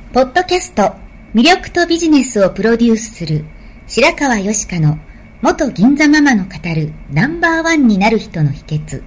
ポッドキャスト魅力とビジネスをプロデュースする白川よしかの元銀座ママの語るナンバーワンになる人の秘訣。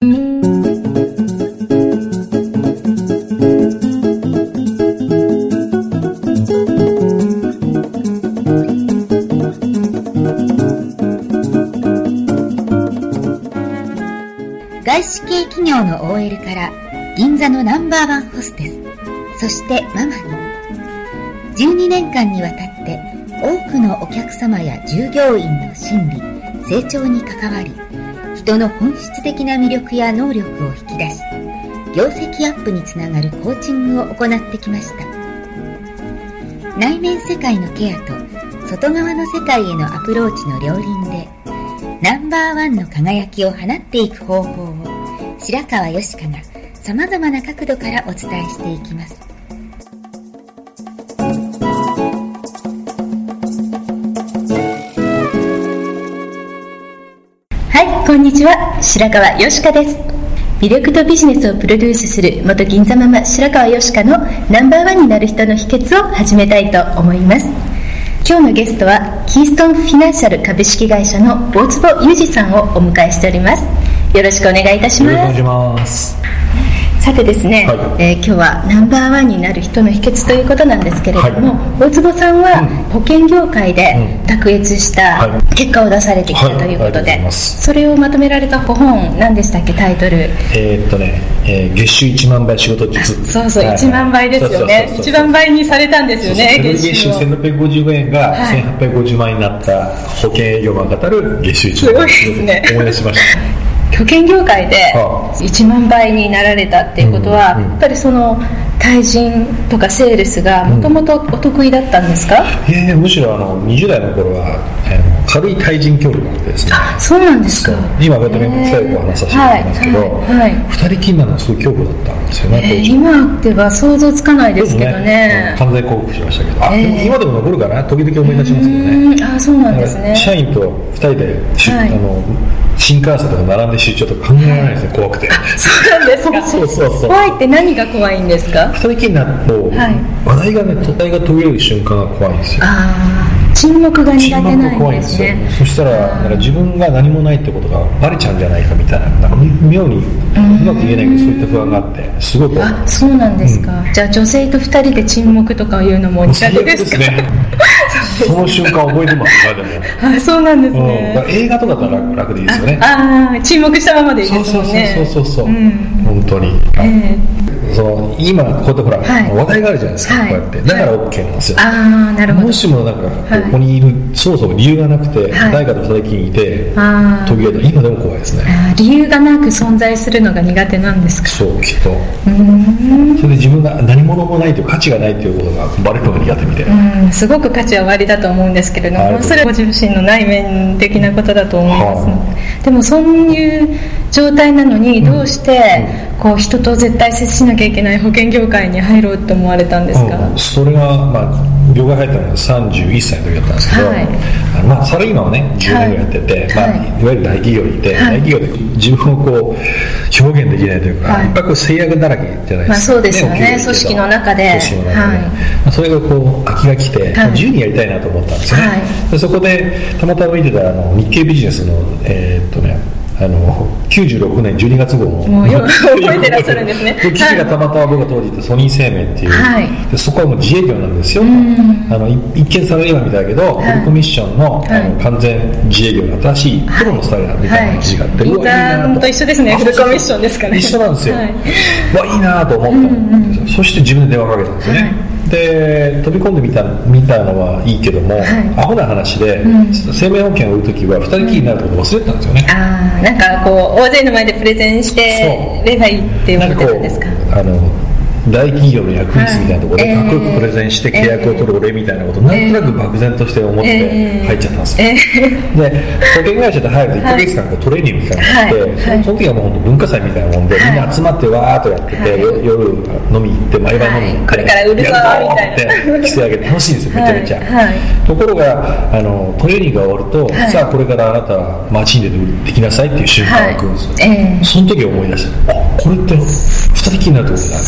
外資系企業の OL から銀座のナンバーワンホステス、そしてママに12年間にわたって多くのお客様や従業員の心理、成長に関わり、人の本質的な魅力や能力を引き出し、業績アップにつながるコーチングを行ってきました。内面世界のケアと外側の世界へのアプローチの両輪でナンバーワンの輝きを放っていく方法を白川よしかがさまざまな角度からお伝えしていきます。 はい、こんにちは、白川よしかです。魅力とビジネスをプロデュースする元銀座ママ白川よしかのナンバーワンになる人の秘訣を始めたいと思います。今日のゲストはキーストーンフィナンシャル株式会社の大坪裕二さんをお迎えしております。よろしくお願いいたします。 よろしくお願いします。 さてですね、はい、今日はナンバーワンになる人の秘訣ということなんですけれども、はい、大坪さんは保険業界で卓越した結果を出されてきたということで、それをまとめられたご本、何でしたっけ、タイトル。 月収1万倍仕事術。 そうそう、1万倍ですよね。1万倍にされたんですよね。 月収1655円が1850万円になった保険営業マンが語る月収1万倍仕事術。思い出しました。 保険業界で1万倍になられたっていうことは、やっぱりその対人とかセールスがもともとお得意だったんですか？ むしろ20代の頃は軽い対人協力があってですね。 あ、そうなんですか。 今こうやって面倒くさいことを話させていただきますけど、2人きりになるのはすごい恐怖だったんですよね。 今では想像つかないですけどね。 完全降伏しましたけど、でも今でも残るかな、時々思い出しますけどね。 あ、そうなんですね。 社員と2人で新幹線とか並んで出張とか考えられないですね、怖くて。 そうなんですか。そう怖いって何が怖いんですか？ 2人きりになると、話題が途切れる瞬間が怖いんですよ。 沈黙が苦手なんですね。 そしたらなんか自分が何もないってことがバレちゃうんじゃないかみたいな、なんか妙にうまく言えないけど、そういった不安があってすごく。 そうなんですか。じゃあ女性と2人で沈黙とかいうのも苦手ですか？ その瞬間覚えてます。今でも。 そうなんですね。 映画とかだったら楽でいいですよね。 沈黙したままでいいですもんね。 そう本当に。今こうやってほら、話題があるじゃないですか、こうやって。だから OK なんですよ。 なるほど。 もしもなんかここにいる、そもそも理由がなくて、誰かと2人きりにいて途切れたら今でも怖いですね。 理由がなく存在するのが苦手なんですか？ そう、きっと。それで自分が何者もないという価値がないということがバレるのが苦手みたいな。 すごく価値は割りだと思うんですけれども、それはご自身の内面的なことだと思いますので。でもそういう状態なのに、どうしてこう人と絶対接しなきゃいけない保険業界に入ろうと思われたんですか？ それは業界入ったのが31歳の時だったんですけど、サラリーマンをね10年ぐらいやってて、いわゆる大企業にいて、大企業で自分をこう表現できないというか、いっぱいこう制約だらけじゃないですか。 そうですよね、組織の中で。 それがこう空きが来て、自由にやりたいなと思ったんですよね。でそこでたまたま見てた日経ビジネスの96年12月号も覚えてらっしゃるんですね。 記事がたまたま僕が当時いたソニー生命っていう、でそこはもう自営業なんですよ。一見サラリーマンみたいだけど、フルコミッションの完全自営業の新しいプロのスタイルみたいな記事があって、 インターンと一緒ですね。フルコミッションですかね。 一緒なんですよ。いいなと思ったんですよ。そして自分で電話かけたんですよね。で飛び込んでみたのはいいけども、アホな話で、生命保険を売るときは2人きりになることを忘れてたんですよね。 なんかこう大勢の前でプレゼンしてればいいって思ってたんですか？ 大企業の役員室みたいなところでかっこよくプレゼンして契約を取る俺みたいなことをなんとなく漠然として思って入っちゃったんですよ。で保険会社で入ると1ヶ月間トレーニング期間があって、その時はもう本当文化祭みたいなもんで、みんな集まってわーっとやってて、夜飲み行って毎晩飲み行って、 これから売るぞみたいなってしてあげて楽しいんですよ、めちゃめちゃ。ところがトレーニングが終わると、さあこれからあなたは街に出てきなさいっていう瞬間が来るんですよ。その時思い出した、これって2人きりになるってことだ。 そんな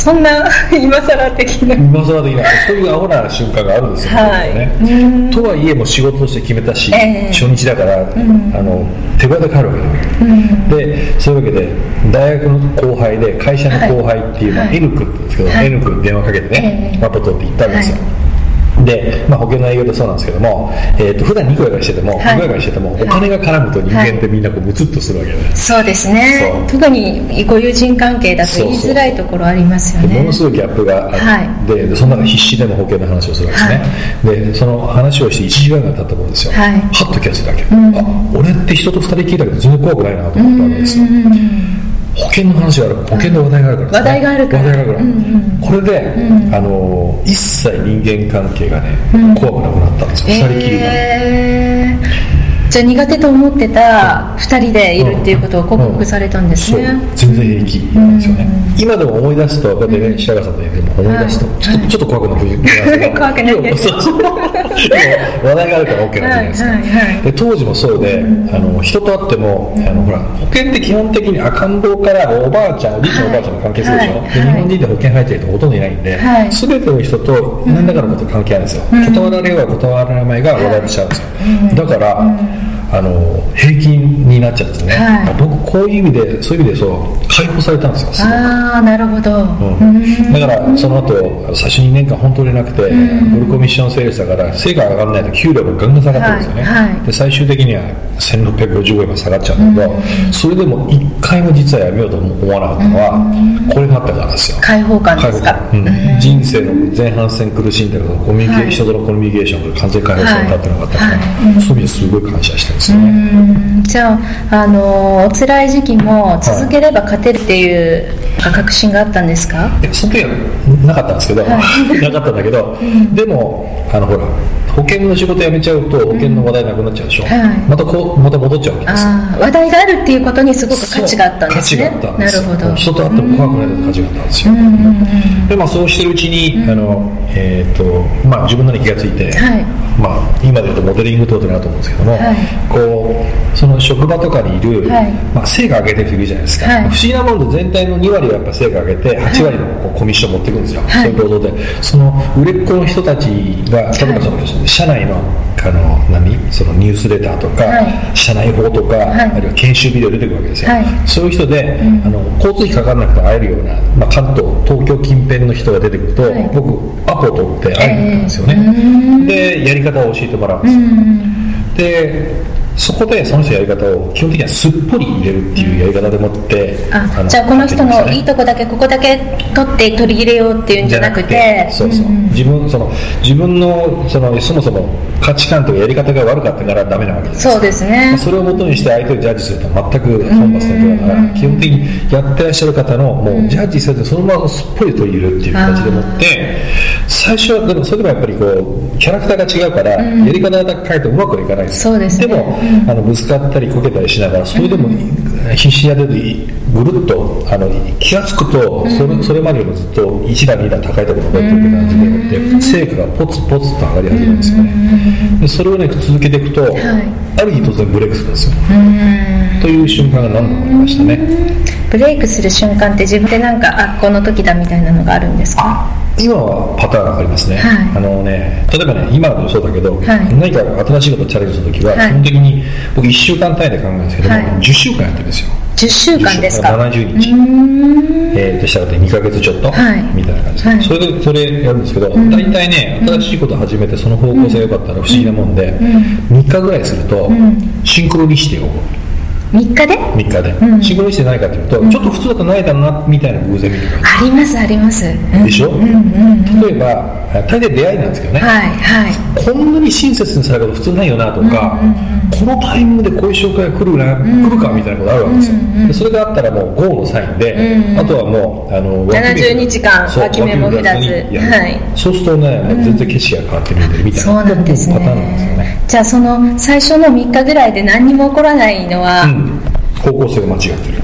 今更的なそういうアホな瞬間があるんですよ、ね、とはいえもう仕事として決めたし、初日だから、手ぶらで帰るわけで、そういうわけで大学の後輩で会社の後輩っていう、N 君なんですけど、N 君に電話かけてね、マポトって行ったんですよ、で、保険の営業でそうなんですけども、普段ニコヤカしてても、お金が絡むと人間ってみんなこうムツッとするわけで、 そうですね、特にご友人関係だと言いづらいところありますよね。 ものすごいギャップがあって、その中で必死でも保険の話をするわけですね、でその話をして1時間が経ったものですよ、はっと気がついたわけ、俺って人と2人聞いたけど全然怖くないなと思ったわけですよ。保険の話がある、保険の話題があるから、 話題があるから、 これで、一切人間関係がね、怖くなくなったんですよ、2人きりが。 じゃあ苦手と思ってた2人でいるっていうことを克服されたんですね。 全然平気なんですよね。今でも思い出すと、こうやってね、白川さんと思い出すと、ちょっと怖くなるんですけど、 怖くないけど、 話題があるから OK なんじゃないですか。で当時もそうで、人と会っても、ほら保険って基本的に赤ん坊からおばあちゃん、おじいちゃんおばあちゃんの関係するでしょ、で日本人で保険入ってる人ほとんどいないんで、全ての人と何らかのこと関係あるんですよ、断られようが断られないが話題にしちゃうんですよ、だから平均になっちゃうんですね、僕こういう意味で解放されたんですよ、すごく。 なるほど、 だからその後最初2年間本当になくて、フルコミッションセールスだから成果が上がらないと給料もガンガン下がってるんですよね、で最終的には1655円まで下がっちゃうんだけど、それでも1回も実はやめようと思わなかったのは、これがあったからですよ。 解放感ですか。 人生の前半戦苦しんだけど人とのコミュニケーションが完全解放されたっていうのがあったから、そういう意味ですごい感謝してるんですよね。 じゃあ、お辛い時期も続ければ勝てるっていう確信があったんですか？ その時はなかったんですけど、なかったんだけど、でもほら保険の仕事辞めちゃうと保険の話題なくなっちゃうでしょ、また戻っちゃうわけですよ。 話題があるっていうことにすごく価値があったんですね。 価値があったんですよ。 なるほど。 人と会っても怖くないと価値があったんですよ、でそうしてるうちに自分なりに気がついて、今で言うとモデリングってことになると思うんですけども、こうその職場とかにいる、成果上げてる人いるじゃないですか、不思議なもんで全体の2割はやっぱ成果上げて8割のコミッション持っていくんですよ、そういう労働で。その売れっ子の人たちが例えばその社内のそのニュースレターとか、社内法とか、あるいは研修ビデオ出てくるわけですよ、そういう人で、交通費かからなくて会えるような、関東東京近辺の人が出てくると、僕アポ取って会いに行ったんですよね、でやり方を教えてもらうんですよ、でそこでその人やり方を基本的にはすっぽり入れるっていうやり方でもって、 じゃあこの人のいいとこだけここだけ取り入れようっていうんじゃなくて、 自分のそもそも価値観とかやり方が悪かったからダメなわけです。 そうですね。 それをもとにして相手をジャッジすると全く本末転倒だから、基本的にやってらっしゃる方のもうジャッジせずそのまますっぽり取り入れるっていう形でもって最初はでもそれでもやっぱりこうキャラクターが違うから、やり方だけ変えてうまくはいかないです。 そうですね。 でもぶつかったりこけたりしながらそれでも必死にやってぐるっと気がつくとそれまでよりもずっと1段2段高いところに登っていく感じでもって成果がポツポツと上がり始めるんですよね。でそれをね続けていくと、ある日突然ブレイクするんですよ。という瞬間が何度もありましたね。 ブレイクする瞬間って自分でなんかこの時だみたいなのがあるんですか？ 今はパターンがありますね、例えばね今もそうだけど、何か新しいことをチャレンジするときは、基本的に僕1週間単位で考えるんですけども、10週間やってるんですよ。 10週間ですか ？70日としたら2ヶ月ちょっと、みたいな感じで、それやるんですけど、大体ね新しいことを始めてその方向性が良かったら不思議なもんで、3日ぐらいするとシンクロニシティを 3日でシンクロニシティないかというと、ちょっと普通だとないだろうなみたいな偶然みたいなありますあります、 でしょ、例えば大抵出会いなんですけどね、こんなに親切にされること普通ないよなとか、このタイミングでこういう紹介が来るかみたいなことあるわけですよ、でそれがあったらもう GO のサインで、あとはもう 70日間脇目も振らず、 そうするとね、全然景色が変わって見えてるみたいな、 そうなんですね、 パターンなんですよね。 じゃあその最初の3日ぐらいで何にも起こらないのは、 方向性が間違ってる。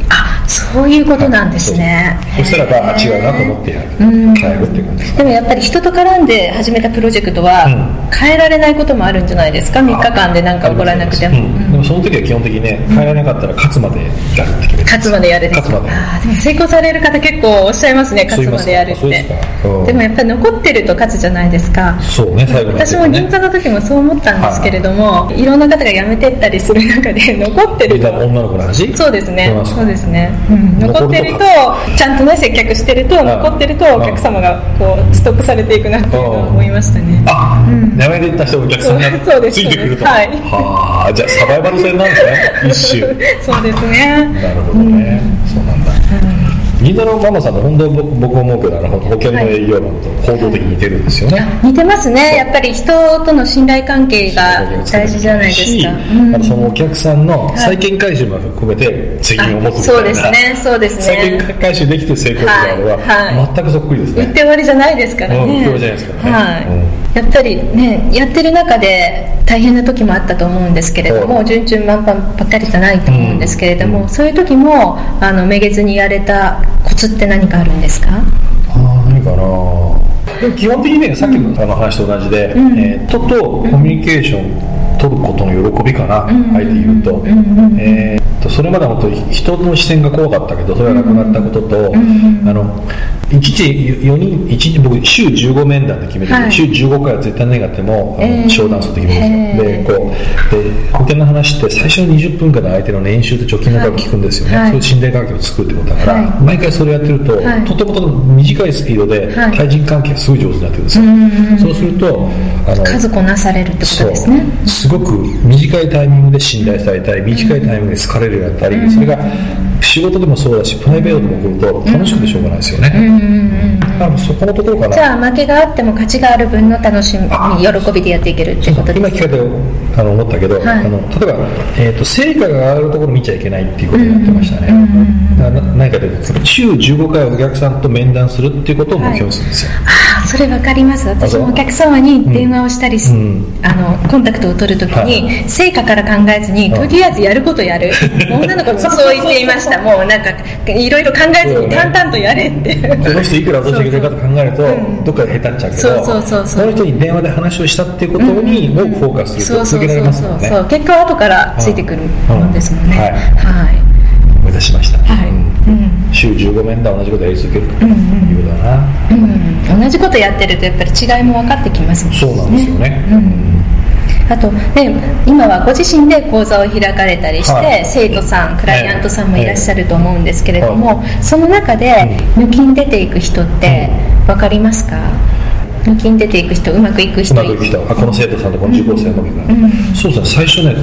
そういうことなんですね。 そしたらば違うなと思って変えるっていう感じです。 でもやっぱり人と絡んで始めたプロジェクトは変えられないこともあるんじゃないですか。3日間で何か起こらなくても、 でもその時は基本的にね、変えられなかったら勝つまでやるって決めて、 勝つまでやるです。 勝つまで。 でも成功される方結構おっしゃいますね、勝つまでやるって。でもやっぱり残ってると勝つじゃないですか。 そうね、最後に、 私も銀座の時もそう思ったんですけれども、いろんな方が辞めてったりする中で残ってると、 女の子の話、 そうですね、そうですね、残ってるとちゃんとね接客してると、残ってるとお客様がこうストックされていくなっていうのは思いましたね。 辞めていった人お客さんがついてくると、はあ、じゃあサバイバル戦なんですね、一周。 そうですね。 なるほどね、そうなんだ。銀座のママさんと本当に僕思うけど、保険の営業マンと行動的に似てるんですよね。 似てますね。やっぱり人との信頼関係が大事じゃないですか。 そのお客さんの債権回収も含めて責任を持つみたいな、 そうですね、そうですね。 債権回収できて成功するあれは全くそっくりですね。 言って終わりじゃないですからね。 言って終わりじゃないですからね。 やっぱりね、やってる中で大変な時もあったと思うんですけれども、順々満帆ばっかりじゃないと思うんですけれども、そういう時もめげずにやれたコツって何かあるんですか？ 何かな。でも基本的にね、さっきの話と同じで、人とコミュニケーション取ることの喜びかな、あえて言うと、それまでは本当に人の視線が怖かったけど、それがなくなったことと、一時僕週15面談で決めてて、週15回は絶対何があっても商談するって決めてるんですよ。で保険の話って最初の20分間の相手の年収と貯金の額を聞くんですよね。そういう信頼関係を作るってことだから、毎回それやってると、とても短いスピードで対人関係がすごい上手になってるんですよ。そうすると数こなされるってことですね。 すごく短いタイミングで信頼されたり、短いタイミングで好かれるようになったり、それが仕事でもそうだしプライベートでも起こると楽しくてしょうがないですよね。そこのところかな。 じゃあ負けがあっても勝ちがある分の楽しみ、喜びでやっていけるってことです。 今聞かれて思ったけど、例えば、成果が上がるところ見ちゃいけないっていうことをやってましたね。何かというと週15回お客さんと面談するっていうことを目標にするんですよ。 それ分かります。私もお客様に電話をしたりコンタクトを取るときに、成果から考えずにとりあえずやることやる。女の子もそう言っていました。もうなんかいろいろ考えずに淡々とやれって。 この人いくら落としてくれるかと考えるとどっかで下手っちゃうけど、その人に電話で話をしたっていうことにフォーカスすると続けられますもんね。 結果は後からついてくるもんですもんね。 思い出しました。週15面談同じことやり続けるということだな。 同じことやってるとやっぱり違いも分かってきますもんね。 そうなんですよね。 あとね、今はご自身で講座を開かれたりして、生徒さん、クライアントさんもいらっしゃると思うんですけれども、その中で抜きに出ていく人って分かりますか？抜きに出ていく人、うまくいく人、この生徒さんとこの受講生の時が、そうですね、最初ね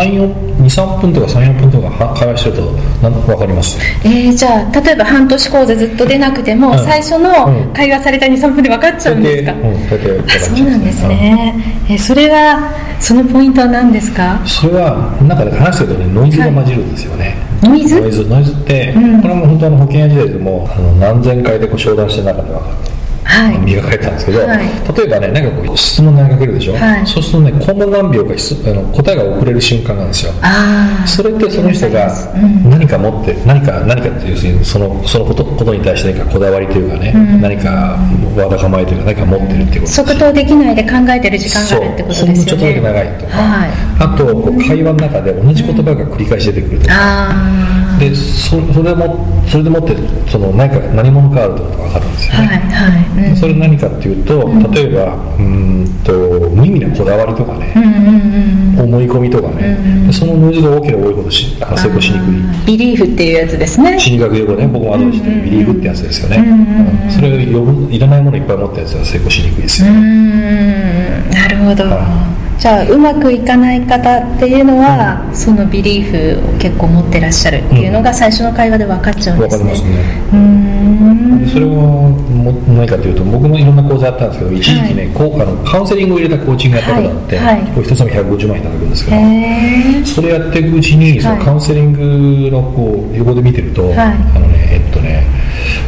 2,3 分とか3,4分とか会話してると分かります。 じゃあ例えば半年講座ずっと出なくても、最初の会話された 2,3 分で分かっちゃうんですか？そうなんですね。それはそのポイントは何ですか？ それは中で話してるとね、ノイズが混じるんですよね。 ノイズって、 これも本当保険屋時代でも何千回で商談してる中で分かる。磨かれたんですけど、例えばね、なんか質問投げかけるでしょ、そうするとね、今後何秒か答えが遅れる瞬間なんですよ。それってその人が何か持って何かっていう、そのことに対して何かこだわりというかね、何かわだかまりというか何か持ってるっていうこと。 即答できないで考えてる時間があるってことですよね。 ほんのちょっとだけ長いとか、あと会話の中で同じ言葉が繰り返し出てくるとか、でそれでもって何者かあるってことが分かるんですよね。それ何かっていうと、例えば無意味なこだわりとかね、思い込みとかね、そのノイズが大きな多いほど成功しにくい。 ビリーフっていうやつですね。 心理学用語ね、僕も後で知ってるビリーフってやつですよね。それをいらないものいっぱい持ったやつは成功しにくいですよ。 なるほど。じゃあうまくいかない方っていうのは、そのビリーフを結構持ってらっしゃるっていうのが最初の会話で分かっちゃうんですね。 分かりますね。それは何かというと、僕もいろんな講座やったんですけど、一時期ね、カウンセリングを入れたコーチングやったことがあって、一つも150万いただくんですけど、それやっていくうちに、そのカウンセリングの横で見てると、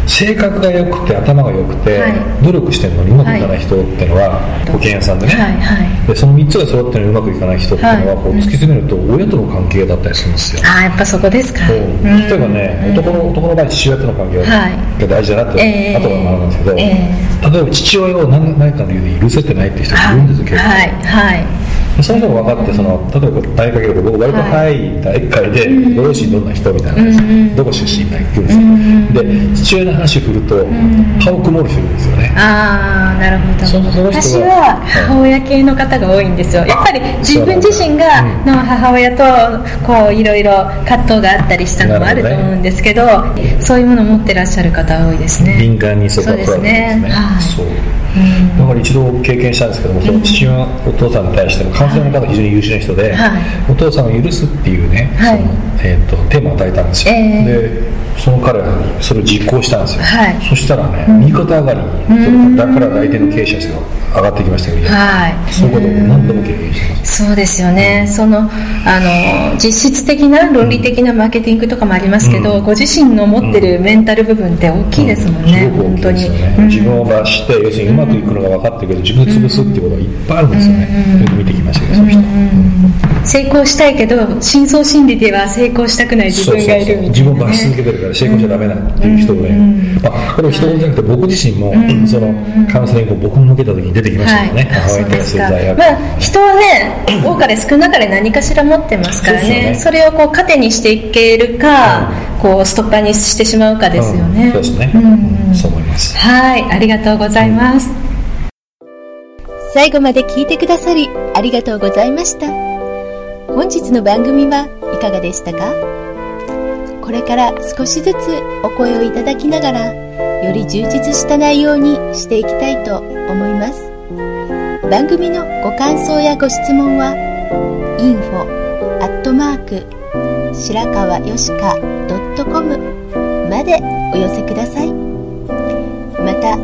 性格が良くて頭が良くて、努力してるのにうまくいかない人っていうのは、保険屋さんでね、でその3つが揃ってるのにうまくいかない人っていうのは、こう突き詰めると親との関係だったりするんですよ。 やっぱそこですか。 例えばね、男の場合父親との関係が大事だなって、後から学ぶんですけど、例えば父親を何かの理由で許せてないっていう人がいるんですよ、結構。その人が分かって、例えば大学で僕割と早い大会で、ご両親どんな人みたいな、どこ出身みたいな言うんですよ。で父親の話を振ると歯を曇る人いるんですよね。 なるほど。私は母親系の方が多いんですよ。やっぱり自分自身がの母親とこういろいろ葛藤があったりしたのもあると思うんですけど、そういうものを持ってらっしゃる方が多いですね。 敏感にそこは捉えてるんですね。そうだから一度経験したんですけども、その父親お父さんに対してのカウンセラーの方が非常に優秀な人で、お父さんを許すっていうね、そのテーマを与えたんですよ。でその彼はそれを実行したんですよ。そしたらね、右肩上がりにだから来店の経営者が上がってきましたけど、そういうことを何度も経験してます。 そうですよね。その実質的な論理的なマーケティングとかもありますけど、ご自身の持ってるメンタル部分って大きいですもんね。 すごく大きいですよね。自分を罰して、要するにうまくいくのが分かってるけど自分を潰すっていうことがいっぱいあるんですよね。よく見てきましたけど、そういう人成功したいけど深層心理では成功したくない自分がいるみたいな、 自分を罰し続けてるから成功しちゃダメだっていう人もね、これは人じゃなくて僕自身も、そのカウンセリングを僕も受けた時に出てきましたよね。母親に対する罪悪。 人はね、多かれ少なかれ何かしら持ってますからね。それをこう糧にしていけるか、こうストッパーにしてしまうかですよね。 そうですね。そう思います。 はい、ありがとうございます。最後まで聞いてくださりありがとうございました。本日の番組はいかがでしたか？これから少しずつお声をいただきながら、より充実した内容にしていきたいと思います。番組のご感想やご質問は info@ 白川よしか .com までお寄せください。また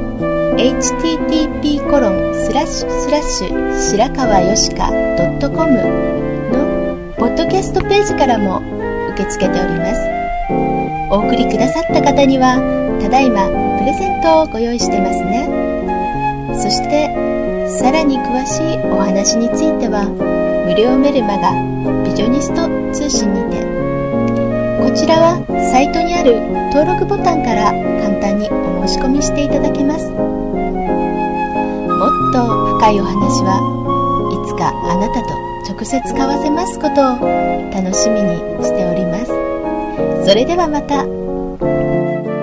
http:// 白川よしか .com のポッドキャストページからも受け付けております。お送りくださった方にはただいまプレゼントをご用意してますね。そしてさらに詳しいお話については無料メルマガビジョニスト通信にて、こちらはサイトにある登録ボタンから簡単にお申し込みしていただけます。もっと深いお話はいつかあなたと直接交わせますことを楽しみにしております。それではまた。